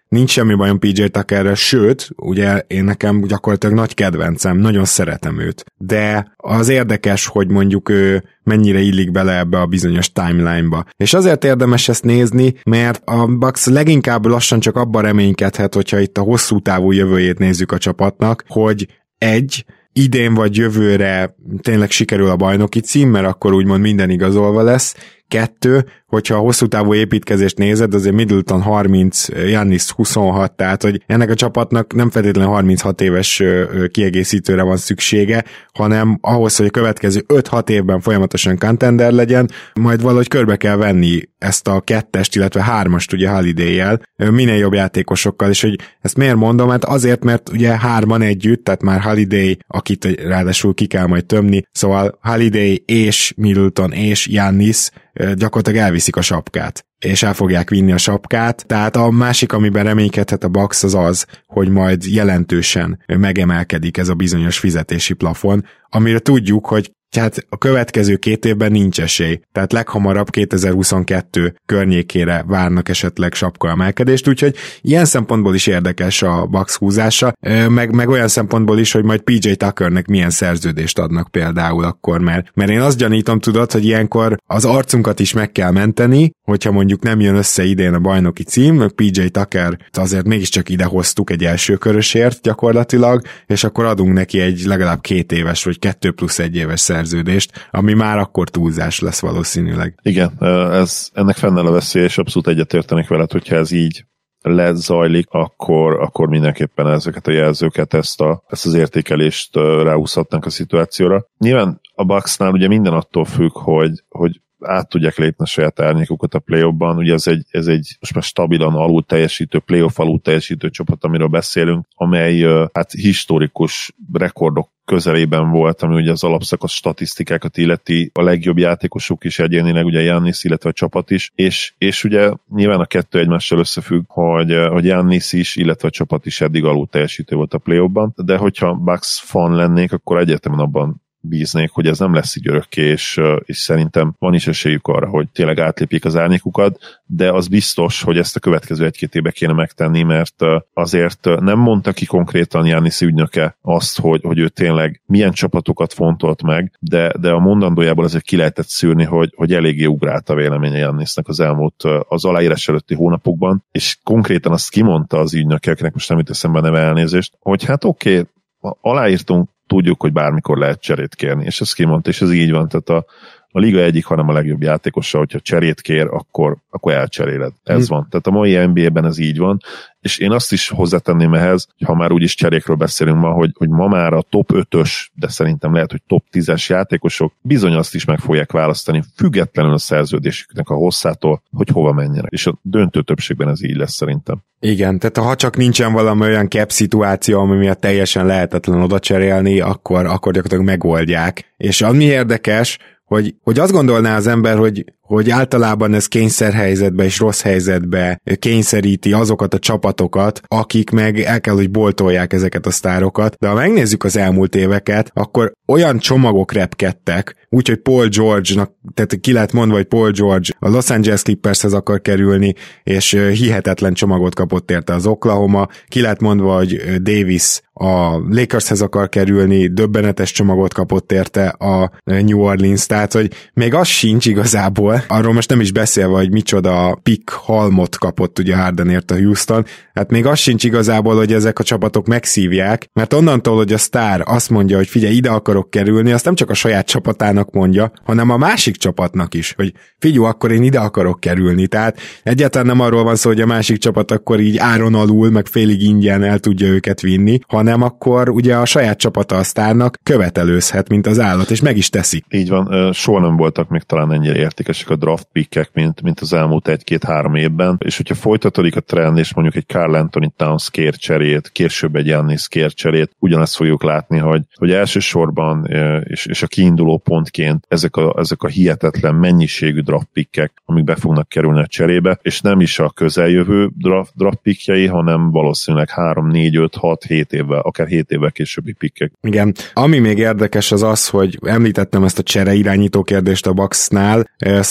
nincs semmi bajom pé jé Tuckerrel, sőt, ugye én nekem gyakorlatilag nagy kedvencem, nagyon szeretem őt. De az érdekes, hogy mondjuk ő mennyire illik bele ebbe a bizonyos timeline-ba. És azért érdemes ezt nézni, mert a Bucks leginkább lassan csak abban reménykedhet, hogyha itt a hosszú távú jövőjét nézzük a csapatnak, hogy egy, idén vagy jövőre tényleg sikerül a bajnoki cím, mert akkor úgymond minden igazolva lesz. Kettő, hogyha a hosszú távú építkezést nézed, azért Middleton harminc, Giannis huszonhat, tehát hogy ennek a csapatnak nem feltétlenül harminchat éves kiegészítőre van szüksége, hanem ahhoz, hogy a következő öt-hat évben folyamatosan contender legyen, majd valahogy körbe kell venni ezt a kettest, illetve hármast ugye Holiday-jel, minél jobb játékosokkal, és hogy ezt miért mondom? Hát azért, mert ugye hárman együtt, tehát már Holiday, akit ráadásul ki kell majd tömni, szóval Holiday és Middleton és Giannis gyakorlatilag elviszik a sapkát, és el fogják vinni a sapkát, tehát a másik, amiben reménykedhet a Bucks az az, hogy majd jelentősen megemelkedik ez a bizonyos fizetési plafon, amire tudjuk, hogy tehát a következő két évben nincs esély, tehát leghamarabb kétezer-huszonkettő környékére várnak esetleg sapkaemelkedést, úgyhogy ilyen szempontból is érdekes a Bucks húzása, meg, meg olyan szempontból is, hogy majd pé jé Tuckernek milyen szerződést adnak például akkor, mert, mert én azt gyanítom, tudod, hogy ilyenkor az arcunkat is meg kell menteni, hogyha mondjuk nem jön össze idén a bajnoki cím, pé jé Tucker azért mégiscsak ide hoztuk egy első körösért gyakorlatilag, és akkor adunk neki egy legalább két éves, vagy kettő plusz egy éves szerződést, ami már akkor túlzás lesz valószínűleg. Igen, ez, ennek fennáll a veszély, és abszolút egyetértenek veled, hogyha ez így lezajlik, akkor, akkor mindenképpen ezeket a jelzőket, ezt, a, ezt az értékelést ráhúzhatnánk a szituációra. Nyilván a Bucksnál ugye minden attól függ, hogy, hogy át tudják lépni a saját árnyékukat a play-offban. Ugye ez egy, ez egy most már stabilan alul teljesítő, play-off alul teljesítő csapat, amiről beszélünk, amely hát historikus rekordok közelében volt, ami ugye az alapszakasz statisztikákat illeti, a legjobb játékosok is egyénileg, ugye Giannis, illetve a csapat is, és, és ugye nyilván a kettő egymással összefügg, hogy, hogy Giannis is, illetve a csapat is eddig alul teljesítő volt a play-offban, de hogyha Bucks fan lennék, akkor egyetemen abban bíznék, hogy ez nem lesz így örökké, és, és szerintem van is esélyük arra, hogy tényleg átlépjék az árnyékukat, de az biztos, hogy ezt a következő egy-két évben kéne megtenni, mert azért nem mondta ki konkrétan Giannis ügynöke azt, hogy, hogy ő tényleg milyen csapatokat fontolt meg, de, de a mondandójából azért ki lehetett szűrni, hogy, hogy eléggé ugrált a véleménye Giannisnek az elmúlt, az aláírás előtti hónapokban, és konkrétan azt kimondta az ügynöke, akinek most nem jut eszembe a neve, elnézést, hogy hát oké, okay, aláírtunk, tudjuk, hogy bármikor lehet cserét kérni, és ezt kimondta, és ez így van, tehát a, a liga egyik, hanem a legjobb játékosa, hogyha cserét kér, akkor, akkor elcseréled. Ez hmm. van. Tehát a mai en bé á-ben ez így van, és én azt is hozzátenném ehhez, hogy ha már úgyis cserékről beszélünk ma, hogy, hogy ma már a top ötös, de szerintem lehet, hogy top tízes játékosok bizony azt is meg fogják választani, függetlenül a szerződésüknek a hosszától, hogy hova menjenek. És a döntő többségben ez így lesz szerintem. Igen, tehát ha csak nincsen valami olyan cap szituáció, ami miatt teljesen lehetetlen oda cserélni, akkor, akkor gyakorlatilag megoldják. És ami érdekes, hogy, hogy azt gondolná az ember, hogy, hogy általában ez kényszerhelyzetbe és rossz helyzetbe kényszeríti azokat a csapatokat, akik meg el kell, hogy boltolják ezeket a sztárokat, de ha megnézzük az elmúlt éveket, akkor olyan csomagok repkedtek, úgyhogy Paul George-nak, tehát ki lehet mondva, hogy Paul George a Los Angeles Clippershez akar kerülni, és hihetetlen csomagot kapott érte az Oklahoma, ki lehet mondva, hogy Davis a Lakershez akar kerülni, döbbenetes csomagot kapott érte a New Orleans, tehát hogy még az sincs igazából, arról most nem is beszélve, hogy micsoda pick halmot kapott ugye Hardenért a Houston, hát még az sincs igazából, hogy ezek a csapatok megszívják, mert onnantól, hogy a sztár azt mondja, hogy figyelj, ide akarok kerülni, azt nem csak a saját csapatának mondja, hanem a másik csapatnak is, hogy figyelj, akkor én ide akarok kerülni, tehát egyáltalán nem arról van szó, hogy a másik csapat akkor így áron alul, meg félig ingyen el tudja őket vinni, hanem akkor ugye a saját csapata a sztárnak követelőzhet, mint az állat, és meg is teszi. Így van, soha nem voltak még talán ennyire értékesek a draft pickek, mint, mint az elmúlt egy-két-három évben, és hogyha folytatódik a trend, és mondjuk egy Karl Anthony Towns kér cserét, később egy Giannis kér cserét, ugyanezt fogjuk látni, hogy, hogy elsősorban és, és a kiinduló pontként ezek a, ezek a hihetetlen mennyiségű draft pickek, amik be fognak kerülni a cserébe, és nem is a közeljövő draft, draft pickjei, hanem valószínűleg három, négy, öt, hat, hét évvel, akár hét évvel későbbi pickek. Igen. Ami még érdekes az az, hogy említettem ezt a csere irányító kérdést a Bucksnál,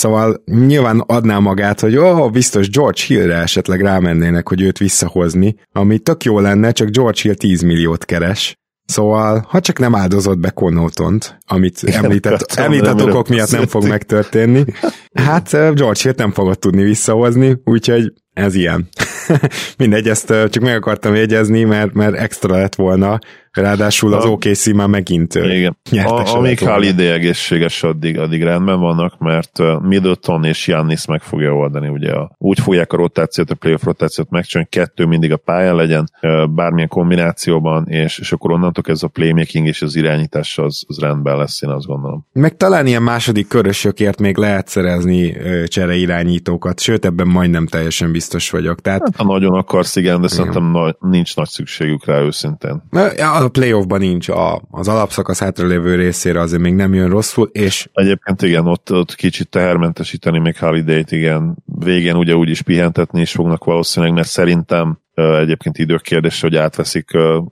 Szóval nyilván adná magát, hogy ó, oh, biztos George Hillre esetleg rámennének, hogy őt visszahozni, ami tök jó lenne, csak George Hill tíz milliót keres. Szóval, ha csak nem áldozott be Connaughtont, amit említett, említett okok miatt nem fog megtörténni, hát George Hill nem fogod tudni visszahozni, úgyhogy ez ilyen. Mindegy, ezt csak meg akartam jegyezni, mert, mert extra lett volna, ráadásul az o ká cé már megint igen. A, amíg Holiday egészséges, addig, addig rendben vannak, mert Middleton és Giannis meg fogja oldani, ugye a, úgy fogják a rotációt, a playoff rotációt megcsinálni, kettő mindig a pályán legyen, bármilyen kombinációban, és, és akkor onnantól ez a playmaking és az irányítás az, az rendben lesz, én azt gondolom. Meg talán ilyen második körösökért még lehet szerezni csere irányítókat, sőt ebben majdnem teljesen biztos vagyok. Tehát... Hát, ha nagyon akarsz, igen, de szerintem na, nincs nagy szükségük rá őszintén. A playoffban nincs, a, az alapszakasz hátralévő részére azért még nem jön rosszul, és... Egyébként igen, ott, ott kicsit tehermentesíteni még Holiday-t, igen, végén ugye úgy is pihentetni is fognak valószínűleg, mert szerintem egyébként időkérdés, hogy átveszik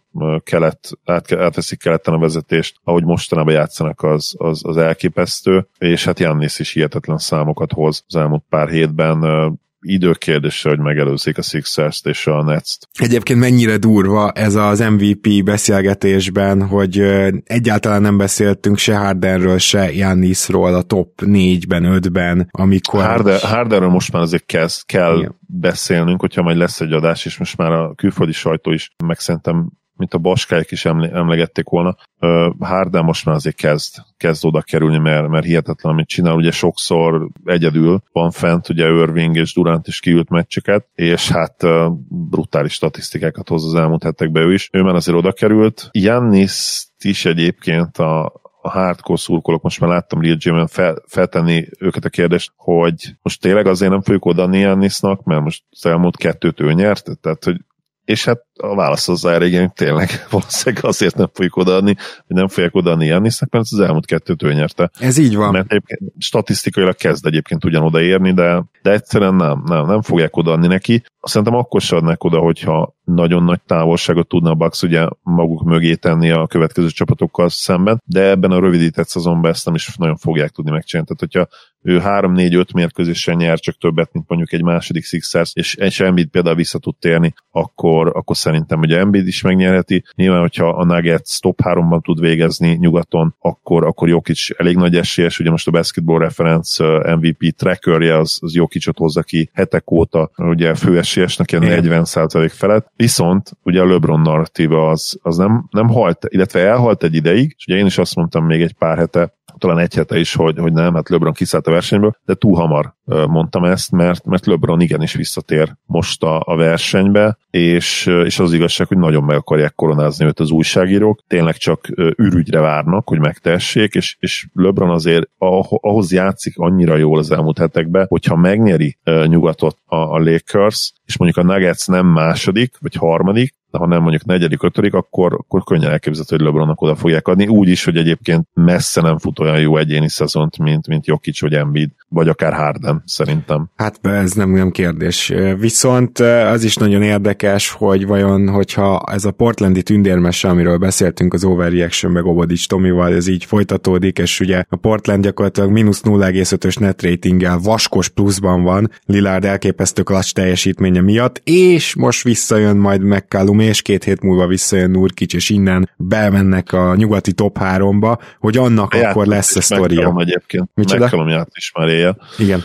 kelet, át, átveszik keleten a vezetést, ahogy mostanában játszanak, az, az, az elképesztő, és hát Giannis is hihetetlen számokat hoz az elmúlt pár hétben, időkérdése, hogy megelőzzék a Sixers-t és a Nets-t. Egyébként mennyire durva ez az em vé pé beszélgetésben, hogy egyáltalán nem beszéltünk se Hardenről, se Giannisról a top négyben, ötben, amikor... Harden, Hardenről most már azért kezd, kell igen. beszélnünk, hogyha majd lesz egy adás, és most már a külföldi sajtó is, meg szerintem mint a Baskáik is emlegették volna, Harden most már azért kezd, kezd oda kerülni, mert, mert hihetetlen, amit csinál, ugye sokszor egyedül van fent, ugye Irving és Durant is kiült meccseket, és hát brutális statisztikákat hoz az elmúlt hetekben ő is. Ő már azért oda került. Giannis is egyébként a a hardcore szurkolók, most már láttam Real Gym-en fel, feltenni őket a kérdést, hogy most tényleg azért nem fogjuk odaadni Giannisnak, mert most az elmúlt kettőt ő nyert, tehát hogy és hát a válasz hozzá erre igen, tényleg valószínűleg azért nem fogjuk odaadni, hogy nem fogják odaadni Giannisnak, mert az elmúlt kettőt ő nyerte. Ez így van. Mert egyébként statisztikailag kezd egyébként ugyan odaérni, de, de egyszerűen nem, nem, nem fogják odaadni neki. Szerintem akkor se adnak oda, hogyha nagyon nagy távolságot tudna a Bucks ugye maguk mögé tenni a következő csapatokkal szemben, de ebben a rövidített szezonban ezt nem is nagyon fogják tudni megcsinálni. Tehát, hogyha ő három négy öt mérkőzésen nyer csak többet, mint mondjuk egy második Sixers, és egy Embiid például vissza tud térni, akkor, akkor szerintem ugye Embiid is megnyerheti. Nyilván, hogyha a Nuggets top háromban tud végezni nyugaton, akkor, akkor Jokic elég nagy esélyes. Ugye most a Basketball Reference em vé pé trackerje az, az Jokicot hozza ki hetek óta, ugye fő esélyesnek ilyen negyven százalék felett. Viszont ugye a LeBron narratíva az, az nem, nem halt, illetve elhalt egy ideig, és ugye én is azt mondtam még egy pár hete, talán egy hete is, hogy, hogy nem, hát LeBron kiszállt a versenyből, de túl hamar mondtam ezt, mert, mert LeBron igenis visszatér most a, a versenybe, és, és az igazság, hogy nagyon meg akarják koronázni őt az újságírók, tényleg csak ürügyre várnak, hogy megtehessék, és, és LeBron azért ahhoz játszik annyira jól az elmúlt hetekben, hogyha megnyeri nyugatot a, a Lakers, és mondjuk a Nuggets nem második, vagy harmadik, de ha nem mondjuk negyedik, ötödik, akkor, akkor könnyen elképzelhető, hogy LeBronnak oda fogják adni. Úgy is, hogy egyébként messze nem fut olyan jó egyéni szezont, mint, mint Jokic vagy Embiid, vagy akár Harden, szerintem. Hát ez nem, nem kérdés. Viszont az is nagyon érdekes, hogy vajon, hogyha ez a portlandi tündérmese, amiről beszéltünk az Overreaction-ben Gobodics Tomival, ez így folytatódik, és ugye a Portland gyakorlatilag mínusz nulla egész ötös net ratinggel vaskos pluszban van, Lillard elképesztő klacs teljesítménye miatt, és most visszajön majd McCallum, és két hét múlva visszajön Nurkic, és innen bemennek a nyugati top háromba, hogy annak a akkor lesz a sztoria. McCallum egyébként. McCallum járt is már éjjel. Igen.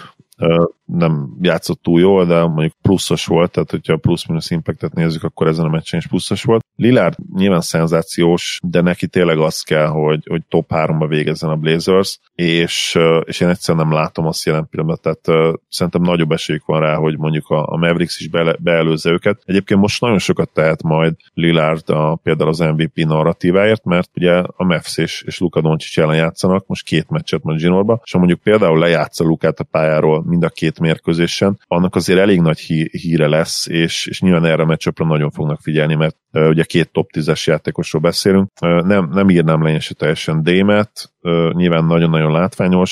Nem játszott túl jól, de mondjuk pluszos volt, tehát hogyha a plusz-minusz impactet nézzük, akkor ezen a meccsen is pluszos volt. Lillard nyilván szenzációs, de neki tényleg az kell, hogy, hogy top háromba végezzen a Blazers, és, és én egyszerűen nem látom azt jelen pillanatban, tehát uh, szerintem nagyobb esélyük van rá, hogy mondjuk a, a Mavericks is be, beelőzze őket. Egyébként most nagyon sokat tehet majd Lillard a, például az em vé pé narratíváért, mert ugye a Mavs és, és Luka Doncic ellen játszanak, most két meccset majd Ginorba, és ha mondjuk például lejátsza Lukát a pályáról mind a két mérkőzésen, annak azért elég nagy hí- híre lesz, és, és nyilván erre a meccsapra nagyon fognak figyelni, mert uh, ugye két top tízes játékosról beszélünk. Uh, nem, nem írnám le én se teljesen Démet, uh, nyilván nagyon-nagyon látványos,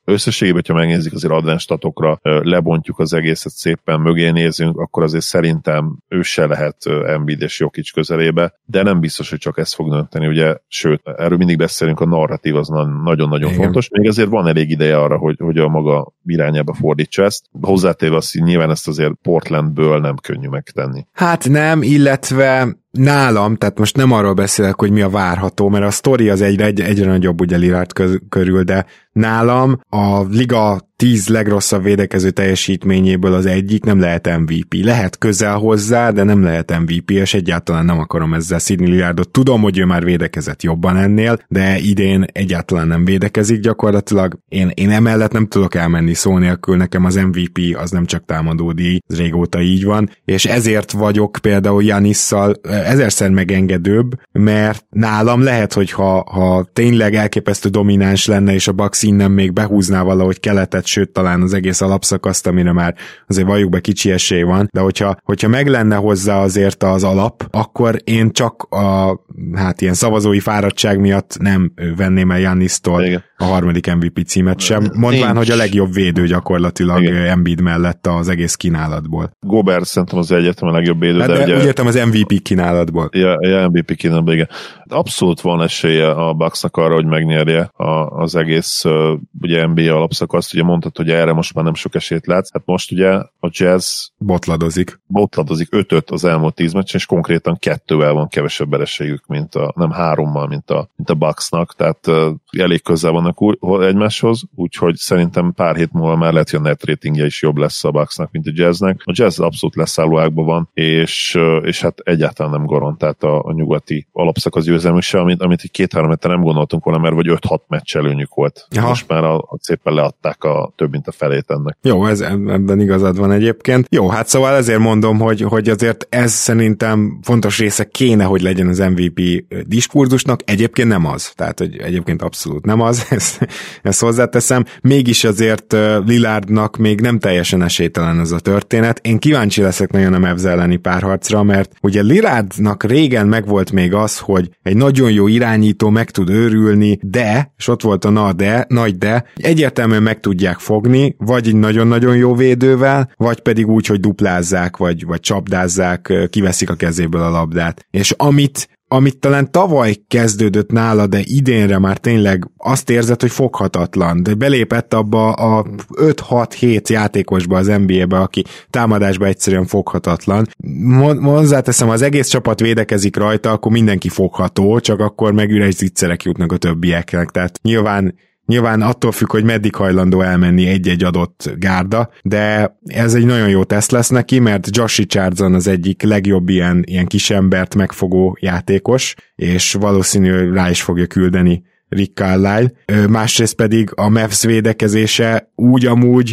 összességében, ha megnézik azért advanced statokra, lebontjuk az egészet, szépen mögé nézünk, akkor azért szerintem ő se lehet Embiid és Jokic közelébe, de nem biztos, hogy csak ezt fog dönteni, ugye, sőt, erről mindig beszélünk, a narratív az nagyon-nagyon igen. fontos, még azért van elég ideje arra, hogy, hogy a maga irányába fordítsa ezt. Hozzátéve azt, hogy nyilván ezt azért Portlandből nem könnyű megtenni. Hát nem, illetve nálam, tehát most nem arról beszélek, hogy mi a várható, mert a sztori az egyre, egyre, egyre nagyobb ugye Lillard körül, de nálam a liga tíz legrosszabb védekező teljesítményéből az egyik nem lehet em vé pé. Lehet közel hozzá, de nem lehet em vé pé, és egyáltalán nem akarom ezzel Sidney Lillardot. Tudom, hogy ő már védekezett jobban ennél, de idén egyáltalán nem védekezik gyakorlatilag. Én, én emellett nem tudok elmenni szó nélkül, nekem az em vé pé az nem csak támadódíj, ez régóta így van, és ezért vagyok például Giannisszal ezerszer megengedőbb, mert nálam lehet, hogy ha, ha tényleg elképesztő domináns lenne, és a Bucks innen még behúzná valahogy keletet, sőt talán az egész alapszakaszt, amire már azért valljuk be kicsi esély van, de hogyha, hogyha meg lenne hozzá azért az alap, akkor én csak a hát ilyen szavazói fáradtság miatt nem venném el Giannisztól a harmadik em vé pé címet sem, mondván, Nincs. hogy a legjobb védő gyakorlatilag Igen. Embiid mellett az egész kínálatból. Gobert szerintem az egyetem a legjobb védő, de, de, de ugye... úgy értem az em vé pé kínálatból. Ja, ja em vé pé kínálatból, igen. Abszolút van esélye a Bucksnak arra, hogy megnyerje a, az egész uh, ugye en bé á alapszakaszt. Ugye mondtad, hogy erre most már nem sok esélyt látsz. Hát most ugye a Jazz botladozik. Botladozik ötöt az elmúlt tíz meccsen, és konkrétan kettővel van kevesebb esélyük, mint a, nem hárommal, mint a, mint a Bucksnak. Tehát uh, elég közel vannak új, egymáshoz, úgyhogy szerintem pár hét múlva már lehet, hogy a net ratingje is jobb lesz a Bucksnak, mint a Jazznek. A Jazz abszolút leszálló ágban van, és, uh, és hát egyáltalán nem garantált a, a nyugati alapszakasz győzelmük se, amit, amit egy két-három hete nem gondoltunk volna, mert vagy öt-hat meccs előnyük volt. Aha. Most már a, a szépen leadták a több, mint a felét ennek. Jó, ez, ebben igazad van egyébként. Jó, hát szóval ezért mondom, hogy, hogy azért ez szerintem fontos része kéne, hogy legyen az em vé pé diskurzusnak, egyébként nem az. Tehát, hogy egyébként abszolút nem az, ezt, ezt hozzáteszem. Mégis azért Lillardnak még nem teljesen esélytelen ez a történet. Én kíváncsi leszek nagyon a Mavs elleni párharcra, mert ugye Lillardnak régen megvolt még az, hogy egy nagyon jó irányító meg tud őrülni, de, és ott volt a na de, nagy de, egyértelműen meg tudják fogni, vagy egy nagyon-nagyon jó védővel, vagy pedig úgy, hogy duplázzák, vagy, vagy csapdázzák, kiveszik a kezéből a labdát. És amit amit talán tavaly kezdődött nála, de idénre már tényleg azt érzed, hogy foghatatlan, de belépett abba a öt-hat-hét játékosba az en bé á-be, aki támadásba egyszerűen foghatatlan. Hozzáteszem, az egész csapat védekezik rajta, akkor mindenki fogható, csak akkor meg üres zicserek jutnak a többieknek, tehát nyilván Nyilván attól függ, hogy meddig hajlandó elmenni egy-egy adott gárda, de ez egy nagyon jó teszt lesz neki, mert Josh Richardson az egyik legjobb ilyen, ilyen kisembert megfogó játékos, és valószínűleg rá is fogja küldeni Rick Carlisle. Másrészt pedig a Mavs védekezése úgy amúgy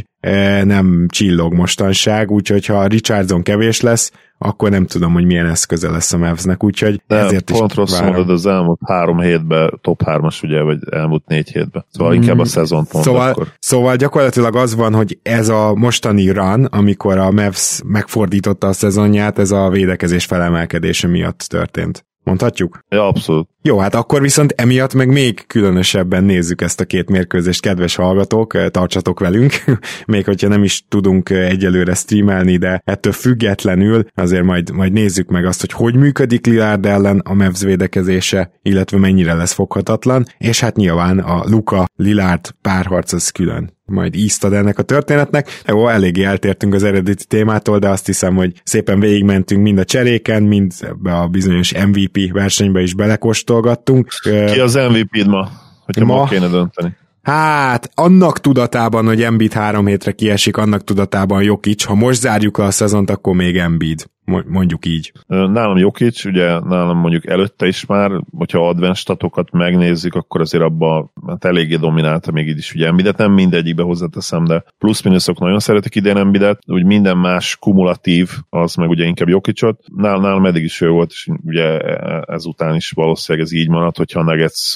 nem csillog mostanság, úgyhogy ha Richardson kevés lesz, akkor nem tudom, hogy milyen eszköze lesz a Mavsnek, úgyhogy de ezért pont is rossz mondod, az elmúlt három hétben, top hármas ugye, vagy elmúlt négy hétben. Szóval mm. inkább a szezon pont szóval, akkor. Szóval gyakorlatilag az van, hogy ez a mostani run, amikor a Mavs megfordította a szezonját, ez a védekezés felemelkedése miatt történt. Mondhatjuk? Ja, abszolút. Jó, hát akkor viszont emiatt meg még különösebben nézzük ezt a két mérkőzést, kedves hallgatók, tartsatok velünk, még hogyha nem is tudunk egyelőre streamelni, de ettől függetlenül azért majd, majd nézzük meg azt, hogy hogy működik Lillard ellen a Mavs védekezése, illetve mennyire lesz foghatatlan, és hát nyilván a Luka-Lillard párharc az külön majd ízt ad ennek a történetnek. Jó, eléggé eltértünk az eredeti témától, de azt hiszem, hogy szépen végigmentünk mind a cseréken, mind be a bizonyos em vé pé versenybe is belekóstolgattunk. Ki az em vé péd ma, hogyha ma, ma kéne dönteni? Hát, annak tudatában, hogy Embiid három hétre kiesik, annak tudatában Jokic. Ha most zárjuk le a szezont, akkor még Embiid. Mondjuk így. Nálam Jokic, ugye nálam mondjuk előtte is már, hogyha advanced statokat megnézzük, akkor azért abban hát eléggé dominálta még így is ugye Embiidet, nem mindegyikbe hozzáteszem, de plusz-minuszok nagyon szeretik idén Embiidet, úgy minden más kumulatív, az meg ugye inkább Jokicot. Nálam, nálam eddig is ő volt, és ugye ezután is valószínűleg ez így maradt, hogyha a Nuggets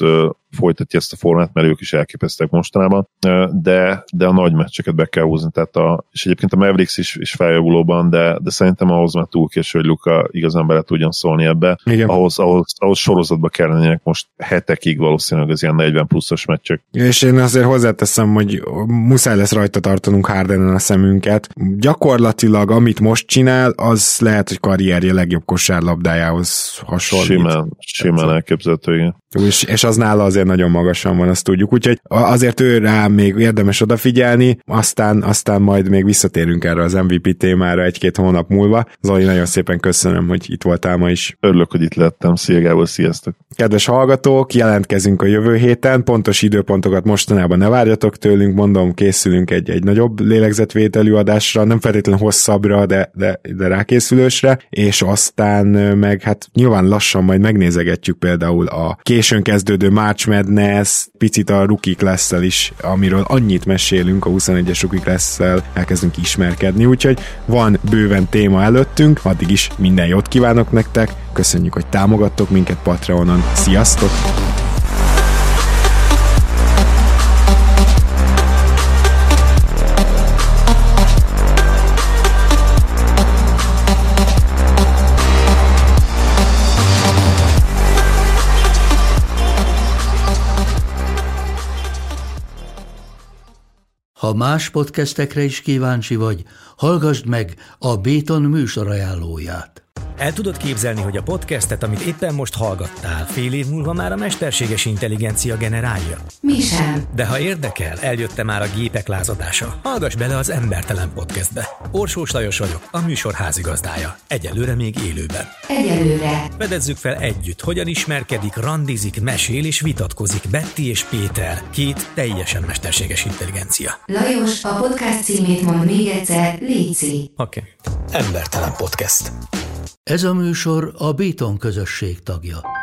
folytatja ezt a formát, mert ők is elképesztek mostanában, de, de a nagy meccseket be kell húzni, tehát a, és egyébként a Mavericks is, is feljavulóban, de, de szerintem ahhoz már túl késő, hogy Luka igazán bele tudjon szólni ebbe. Ahhoz, ahhoz, ahhoz sorozatba kellenének most hetekig valószínűleg az ilyen negyven pluszos meccsek. És én azért hozzáteszem, hogy muszáj lesz rajta tartanunk Hardenen a szemünket. Gyakorlatilag, amit most csinál, az lehet, hogy karrierje legjobb kosárlabdájához hasonlít. Simán, simán elképzelhető, igen. És, és az nála azért nagyon magasan van, azt tudjuk. Úgyhogy azért ő rá még érdemes odafigyelni, aztán, aztán majd még visszatérünk erre az em vé pé témára egy-két hónap múlva. Zoli, nagyon szépen köszönöm, hogy itt voltál ma is. Örülök, hogy itt lettem. Szia Gábor, sziasztok! Kedves hallgatók, jelentkezünk a jövő héten, pontos időpontokat mostanában ne várjatok tőlünk, mondom, készülünk egy, egy nagyobb lélegzetvételű adásra, nem feltétlenül hosszabbra, de, de, de rákészülősre, és aztán meg hát nyilván lassan majd megnézegetjük például a későn kezdődő March Madness, picit a rookie class-szel is, amiről annyit mesélünk, a huszonegyes rookie class-szel elkezdünk ismerkedni, úgyhogy van bőven téma előttünk, addig is minden jót kívánok nektek, köszönjük, hogy támogattok minket Patreonon, sziasztok! Ha más podcastekre is kíváncsi vagy, hallgassd meg a Béton műsor ajánlóját. El tudod képzelni, hogy a podcastet, amit éppen most hallgattál, fél év múlva már a mesterséges intelligencia generálja? Mi sem. De ha érdekel, eljött már a gépek lázadása. Hallgass bele az Embertelen Podcastbe. Orsós Lajos vagyok, a műsor házigazdája. Egyelőre még élőben. Egyelőre. Fedezzük fel együtt, hogyan ismerkedik, randizik, mesél és vitatkozik Betty és Péter, két teljesen mesterséges intelligencia. Lajos, a podcast címét mond még egyszer, léci. Oké. Okay. Embertelen Podcast. Ez a műsor a Béton közösség tagja.